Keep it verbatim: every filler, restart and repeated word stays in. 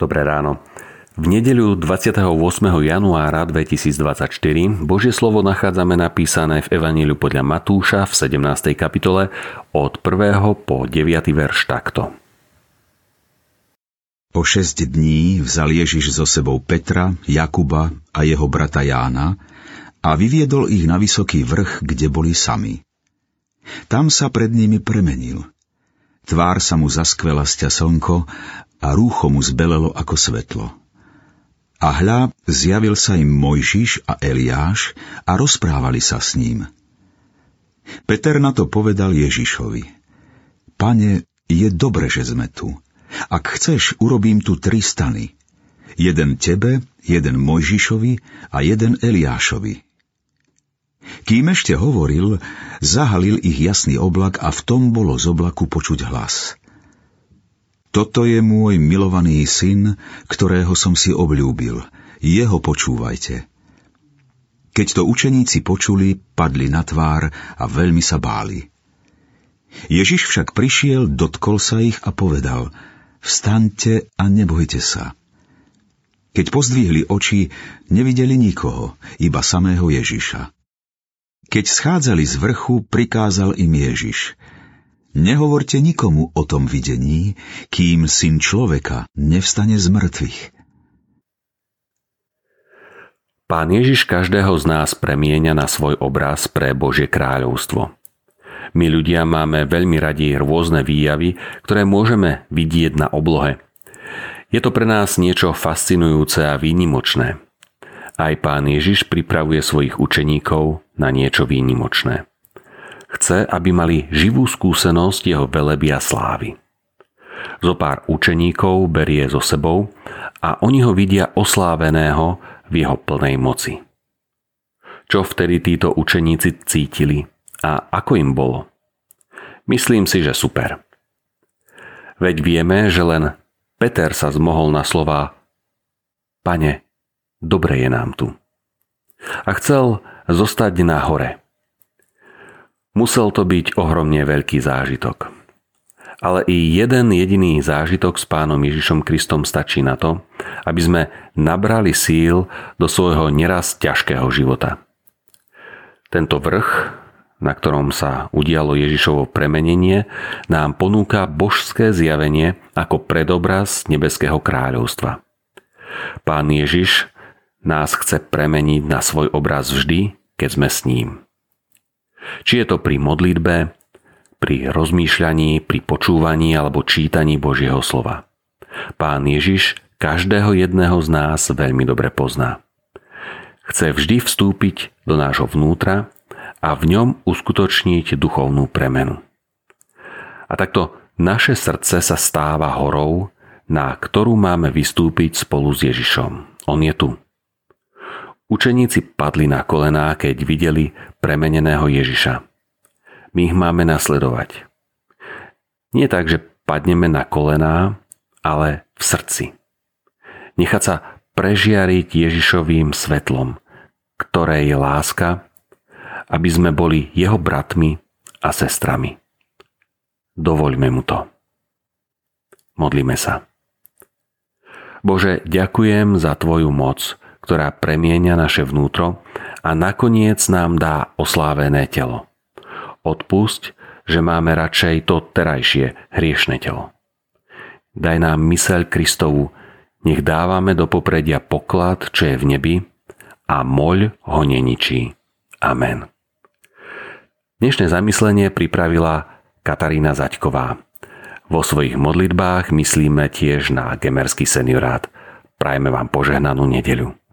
Dobré ráno. V nedeľu dvadsiateho ôsmeho januára dvetisícdvadsaťštyri Božie slovo nachádzame napísané v Evaníliu podľa Matúša v sedemnástej kapitole od prvého po deviaty verš takto. O šesť dní vzal Ježiš so sebou Petra, Jakuba a jeho brata Jána a vyviedol ich na vysoký vrch, kde boli sami. Tam sa pred nimi premenil. Tvár sa mu zaskvela sťa slnko a rúcho mu zbelelo ako svetlo. A hľa, zjavil sa im Mojžiš a Eliáš a rozprávali sa s ním. Peter na to povedal Ježišovi: Pane, je dobre, že sme tu. Ak chceš, urobím tu tri stany. Jeden tebe, jeden Mojžišovi a jeden Eliášovi. Kým ešte hovoril, zahalil ich jasný oblak a v tom bolo z oblaku počuť hlas: Toto je môj milovaný syn, ktorého som si obľúbil. Jeho počúvajte. Keď to učeníci počuli, padli na tvár a veľmi sa báli. Ježiš však prišiel, dotkol sa ich a povedal: Vstaňte a nebojte sa. Keď pozdvihli oči, nevideli nikoho, iba samého Ježiša. Keď schádzali z vrchu, prikázal im Ježiš: Nehovorte nikomu o tom videní, kým Syn človeka nevstane z mŕtvych. Pán Ježiš každého z nás premieňa na svoj obraz pre Božie kráľovstvo. My ľudia máme veľmi radi rôzne výjavy, ktoré môžeme vidieť na oblohe. Je to pre nás niečo fascinujúce a výnimočné. Aj Pán Ježiš pripravuje svojich učeníkov na niečo výnimočné. Chce, aby mali živú skúsenosť jeho veleby a slávy. Zopár učeníkov berie so sebou a oni ho vidia osláveného v jeho plnej moci. Čo vtedy títo učeníci cítili a ako im bolo? Myslím si, že super. Veď vieme, že len Peter sa zmohol na slová: Pane, dobre je nám tu. A chcel zostať na hore. Musel to byť ohromne veľký zážitok. Ale i jeden jediný zážitok s Pánom Ježišom Kristom stačí na to, aby sme nabrali síl do svojho neraz ťažkého života. Tento vrch, na ktorom sa udialo Ježišovo premenenie, nám ponúka božské zjavenie ako predobraz nebeského kráľovstva. Pán Ježiš nás chce premeniť na svoj obraz vždy, keď sme s ním. Či je to pri modlitbe, pri rozmýšľaní, pri počúvaní alebo čítaní Božieho slova. Pán Ježiš každého jedného z nás veľmi dobre pozná. Chce vždy vstúpiť do nášho vnútra a v ňom uskutočniť duchovnú premenu. A takto naše srdce sa stáva horou, na ktorú máme vystúpiť spolu s Ježišom. On je tu. Učeníci padli na kolená, keď videli premeneného Ježiša. My ich máme nasledovať. Nie tak, že padneme na kolená, ale v srdci. Nechať sa prežiariť Ježišovým svetlom, ktoré je láska, aby sme boli jeho bratmi a sestrami. Dovoľme mu to. Modlíme sa. Bože, ďakujem za tvoju moc, ktorá premieňa naše vnútro a nakoniec nám dá oslávené telo. Odpusť, že máme radšej to terajšie hriešne telo. Daj nám myseľ Kristovu, nech dávame do popredia poklad, čo je v nebi, a moľ ho neničí. Amen. Dnešné zamyslenie pripravila Katarína Zaďková. Vo svojich modlitbách myslíme tiež na Gemerský seniorát. Prajme vám požehnanú nedeľu.